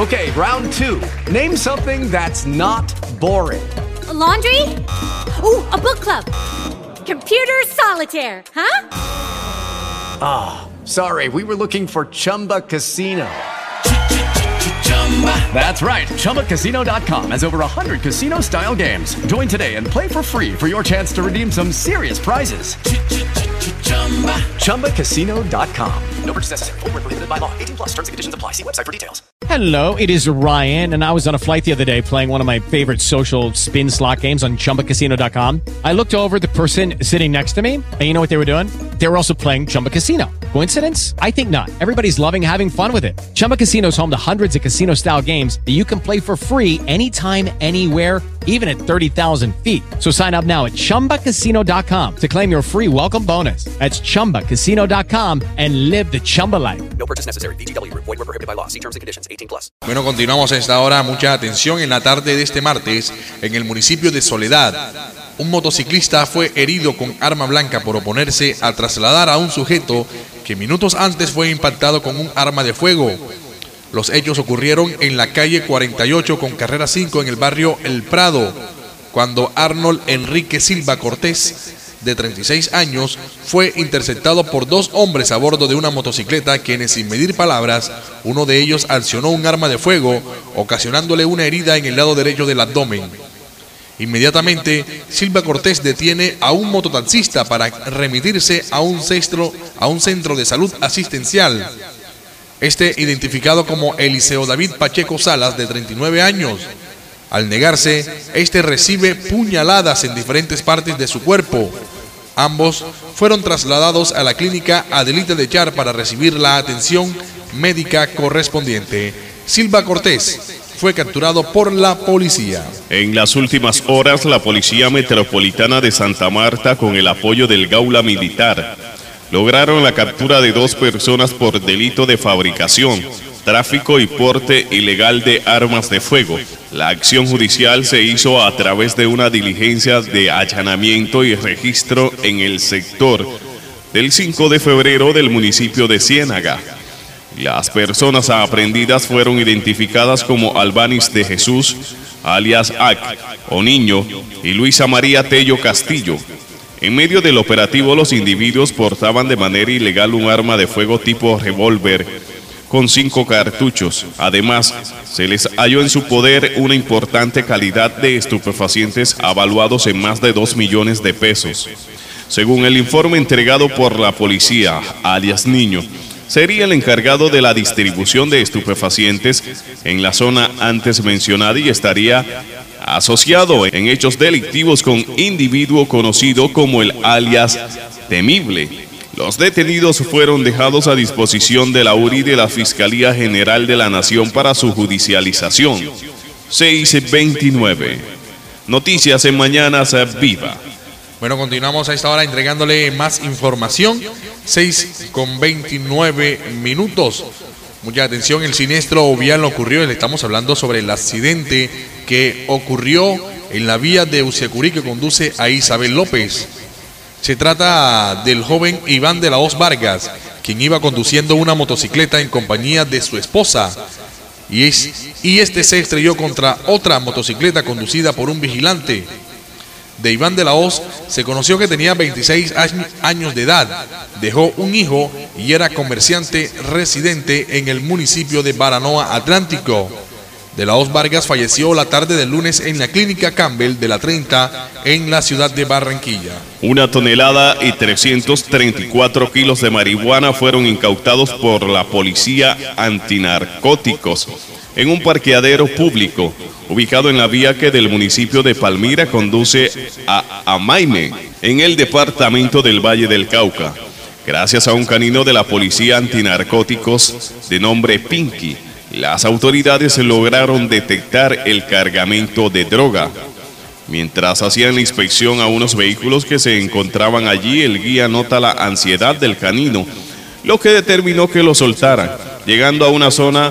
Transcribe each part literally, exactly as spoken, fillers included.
Okay, round two. Name something that's not boring. A laundry? Ooh, a book club. Computer solitaire, huh? Ah, oh, sorry, we were looking for Chumba Casino. That's right, Chumba Casino dot com has over one hundred casino-style games. Join today and play for free for your chance to redeem some serious prizes. Chumba Casino dot com. No purchase necessary. Void where prohibited by law. eighteen plus terms and conditions apply. See website for details. Hello, it is Ryan, and I was on a flight the other day playing one of my favorite social spin slot games on Chumba Casino dot com. I looked over at the person sitting next to me, and you know what they were doing? They were also playing Chumba Casino. Coincidence? I think not. Everybody's loving having fun with it. Chumba Casino is home to hundreds of casino-style games that you can play for free anytime, anywhere, even at thirty thousand feet. So sign up now at Chumba Casino dot com to claim your free welcome bonus. That's Chumba Casino dot com and live the Chumba life. No purchase necessary. V G W. Void where prohibited by law. See terms and conditions. eighteen plus. Bueno, continuamos a esta hora. Mucha atención en la tarde de este martes en el municipio de Soledad. Un motociclista fue herido con arma blanca por oponerse a trasladar a un sujeto que minutos antes fue impactado con un arma de fuego. Los hechos ocurrieron en la calle cuarenta y ocho con carrera cinco en el barrio El Prado, cuando Arnold Enrique Silva Cortés, de treinta y seis años, fue interceptado por dos hombres a bordo de una motocicleta, quienes sin medir palabras, uno de ellos accionó un arma de fuego, ocasionándole una herida en el lado derecho del abdomen. Inmediatamente, Silva Cortés detiene a un mototaxista para remitirse a un centro, a un centro de salud asistencial. Este, identificado como Eliseo David Pacheco Salas, de treinta y nueve años. Al negarse, este recibe puñaladas en diferentes partes de su cuerpo. Ambos fueron trasladados a la clínica Adelita de Char para recibir la atención médica correspondiente. Silva Cortés fue capturado por la policía. En las últimas horas, la Policía Metropolitana de Santa Marta, con el apoyo del Gaula Militar, lograron la captura de dos personas por delito de fabricación, tráfico y porte ilegal de armas de fuego. La acción judicial se hizo a través de una diligencia de allanamiento y registro en el sector del cinco de febrero del municipio de Ciénaga. Las personas aprehendidas fueron identificadas como Albanis de Jesús, alias Ac, o Niño, y Luisa María Tello Castillo. En medio del operativo, los individuos portaban de manera ilegal un arma de fuego tipo revólver con cinco cartuchos. Además, se les halló en su poder una importante calidad de estupefacientes avaluados en más de dos millones de pesos. Según el informe entregado por la policía, alias Niño sería el encargado de la distribución de estupefacientes en la zona antes mencionada y estaría asociado en hechos delictivos con individuo conocido como el alias Temible. Los detenidos fueron dejados a disposición de la U R I de la Fiscalía General de la Nación para su judicialización. seis veintinueve. Noticias en Mañanas Viva. Bueno, continuamos a esta hora entregándole más información. seis con veintinueve minutos. Mucha atención, el siniestro vial ocurrió, le estamos hablando sobre el accidente que ocurrió en la vía de Uciacurí que conduce a Isabel López. Se trata del joven Iván de la Hoz Vargas, quien iba conduciendo una motocicleta en compañía de su esposa. Y, es, y este se estrelló contra otra motocicleta conducida por un vigilante. De Iván de la Hoz se conoció que tenía veintiséis años de edad, dejó un hijo y era comerciante residente en el municipio de Baranoa Atlántico. De la Hoz Vargas falleció la tarde del lunes en la clínica Campbell de la treinta en la ciudad de Barranquilla. Una tonelada y trescientos treinta y cuatro kilos de marihuana fueron incautados por la policía antinarcóticos en un parqueadero público ubicado en la vía que del municipio de Palmira conduce a Amaime, en el departamento del Valle del Cauca. Gracias a un canino de la policía antinarcóticos de nombre Pinky, las autoridades lograron detectar el cargamento de droga. Mientras hacían la inspección a unos vehículos que se encontraban allí, el guía nota la ansiedad del canino, lo que determinó que lo soltaran, llegando a una zona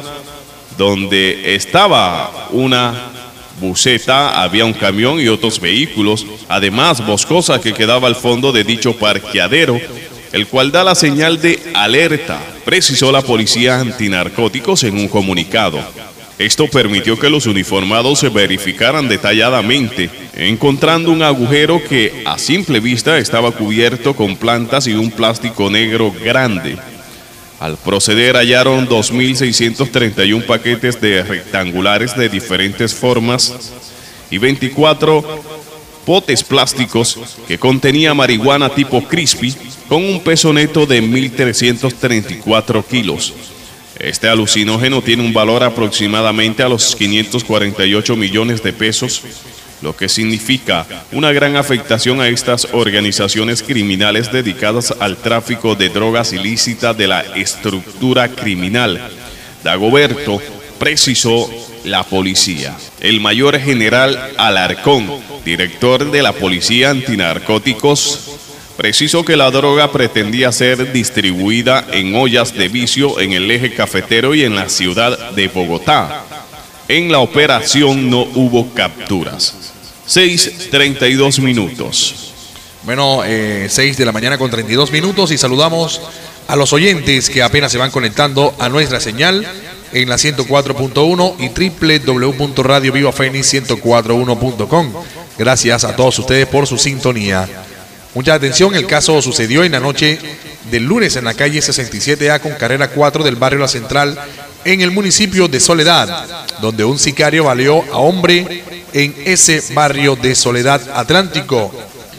donde estaba una buseta, había un camión y otros vehículos, además boscosa que quedaba al fondo de dicho parqueadero, el cual da la señal de alerta, precisó la policía antinarcóticos en un comunicado. Esto permitió que los uniformados se verificaran detalladamente, encontrando un agujero que a simple vista estaba cubierto con plantas y un plástico negro grande. Al proceder hallaron dos mil seiscientos treinta y uno paquetes de rectangulares de diferentes formas y veinticuatro potes plásticos que contenía marihuana tipo crispy con un peso neto de mil trescientos treinta y cuatro kilos. Este alucinógeno tiene un valor aproximadamente a los quinientos cuarenta y ocho millones de pesos, lo que significa una gran afectación a estas organizaciones criminales dedicadas al tráfico de drogas ilícitas de la estructura criminal. Dagoberto precisó la policía. El mayor general Alarcón, director de la Policía Antinarcóticos, precisó que la droga pretendía ser distribuida en ollas de vicio en el eje cafetero y en la ciudad de Bogotá. En la operación no hubo capturas. seis treinta y dos minutos. Bueno, eh, seis de la mañana con treinta y dos minutos y saludamos a los oyentes que apenas se van conectando a nuestra señal en la ciento cuatro punto uno y doble u doble u doble u punto radio viva fénix ciento cuatro punto uno punto com. Gracias a todos ustedes por su sintonía. Mucha atención, el caso sucedió en la noche del lunes en la calle sesenta y siete A con carrera cuatro del barrio La Central en el municipio de Soledad, donde un sicario baleó a hombre en ese barrio de Soledad Atlántico.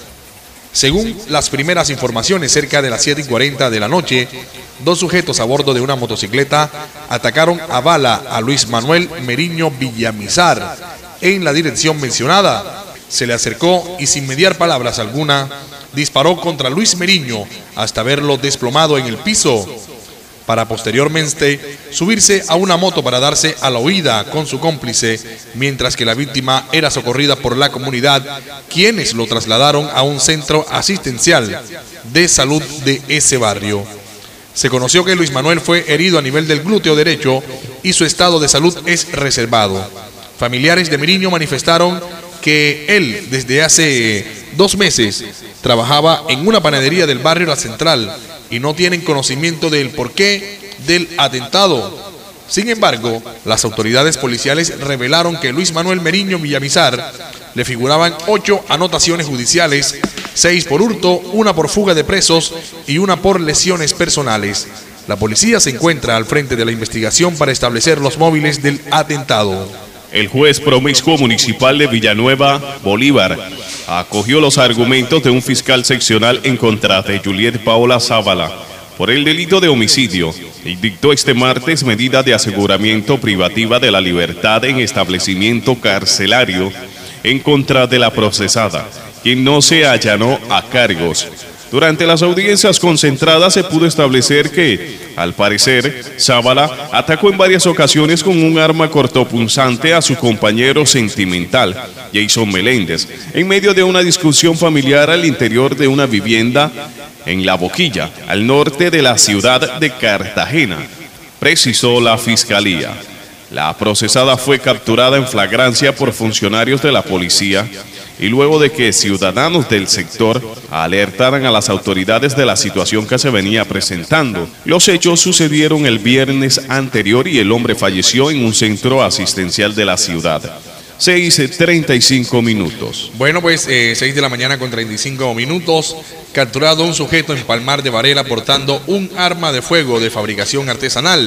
Según las primeras informaciones, cerca de las siete y cuarenta de la noche, dos sujetos a bordo de una motocicleta atacaron a bala a Luis Manuel Meriño Villamizar en la dirección mencionada. Se le acercó y sin mediar palabras alguna, disparó contra Luis Meriño hasta verlo desplomado en el piso, para posteriormente subirse a una moto para darse a la huida con su cómplice, mientras que la víctima era socorrida por la comunidad, quienes lo trasladaron a un centro asistencial de salud de ese barrio. Se conoció que Luis Manuel fue herido a nivel del glúteo derecho y su estado de salud es reservado. Familiares de Meriño manifestaron que él desde hace dos meses trabajaba en una panadería del barrio La Central y no tienen conocimiento del porqué del atentado. Sin embargo, las autoridades policiales revelaron que Luis Manuel Meriño Villamizar le figuraban ocho anotaciones judiciales, seis por hurto, una por fuga de presos y una por lesiones personales. La policía se encuentra al frente de la investigación para establecer los móviles del atentado. El juez promiscuo municipal de Villanueva, Bolívar, acogió los argumentos de un fiscal seccional en contra de Juliet Paola Zavala por el delito de homicidio y dictó este martes medida de aseguramiento privativa de la libertad en establecimiento carcelario en contra de la procesada, quien no se allanó a cargos. Durante las audiencias concentradas se pudo establecer que, al parecer, Zavala atacó en varias ocasiones con un arma cortopunzante a su compañero sentimental, Jason Meléndez, en medio de una discusión familiar al interior de una vivienda en La Boquilla, al norte de la ciudad de Cartagena, precisó la Fiscalía. La procesada fue capturada en flagrancia por funcionarios de la policía y luego de que ciudadanos del sector alertaran a las autoridades de la situación que se venía presentando. Los hechos sucedieron el viernes anterior y el hombre falleció en un centro asistencial de la ciudad. seis treinta y cinco minutos. Bueno, pues eh, seis de la mañana con treinta y cinco minutos. Capturado un sujeto en Palmar de Varela portando un arma de fuego de fabricación artesanal.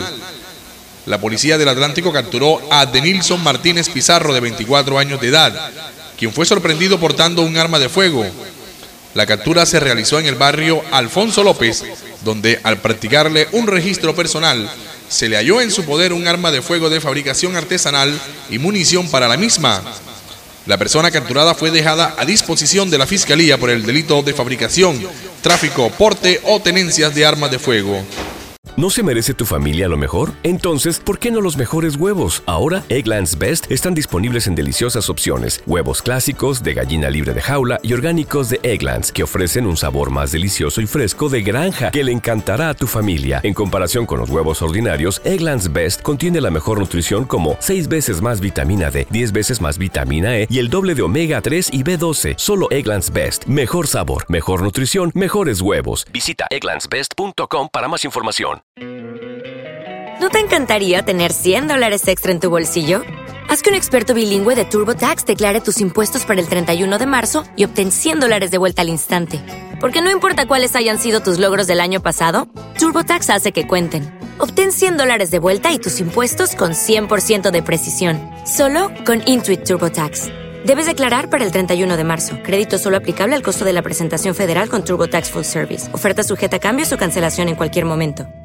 La policía del Atlántico capturó a Denilson Martínez Pizarro, de veinticuatro años de edad, quien fue sorprendido portando un arma de fuego. La captura se realizó en el barrio Alfonso López, donde al practicarle un registro personal, se le halló en su poder un arma de fuego de fabricación artesanal y munición para la misma. La persona capturada fue dejada a disposición de la Fiscalía por el delito de fabricación, tráfico, porte o tenencias de armas de fuego. ¿No se merece tu familia lo mejor? Entonces, ¿por qué no los mejores huevos? Ahora, Eggland's Best están disponibles en deliciosas opciones. Huevos clásicos, de gallina libre de jaula y orgánicos de Eggland's, que ofrecen un sabor más delicioso y fresco de granja que le encantará a tu familia. En comparación con los huevos ordinarios, Eggland's Best contiene la mejor nutrición como seis veces más vitamina D, diez veces más vitamina E y el doble de omega tres y B doce. Solo Eggland's Best. Mejor sabor, mejor nutrición, mejores huevos. Visita egglands best punto com para más información. ¿No te encantaría tener cien dólares extra en tu bolsillo? Haz que un experto bilingüe de TurboTax declare tus impuestos para el treinta y uno de marzo y obtén cien dólares de vuelta al instante. Porque no importa cuáles hayan sido tus logros del año pasado, TurboTax hace que cuenten. Obtén cien dólares de vuelta y tus impuestos con cien por ciento de precisión. Solo con Intuit TurboTax. Debes declarar para el treinta y uno de marzo. Crédito solo aplicable al costo de la presentación federal con TurboTax Full Service. Oferta sujeta a cambios o cancelación en cualquier momento.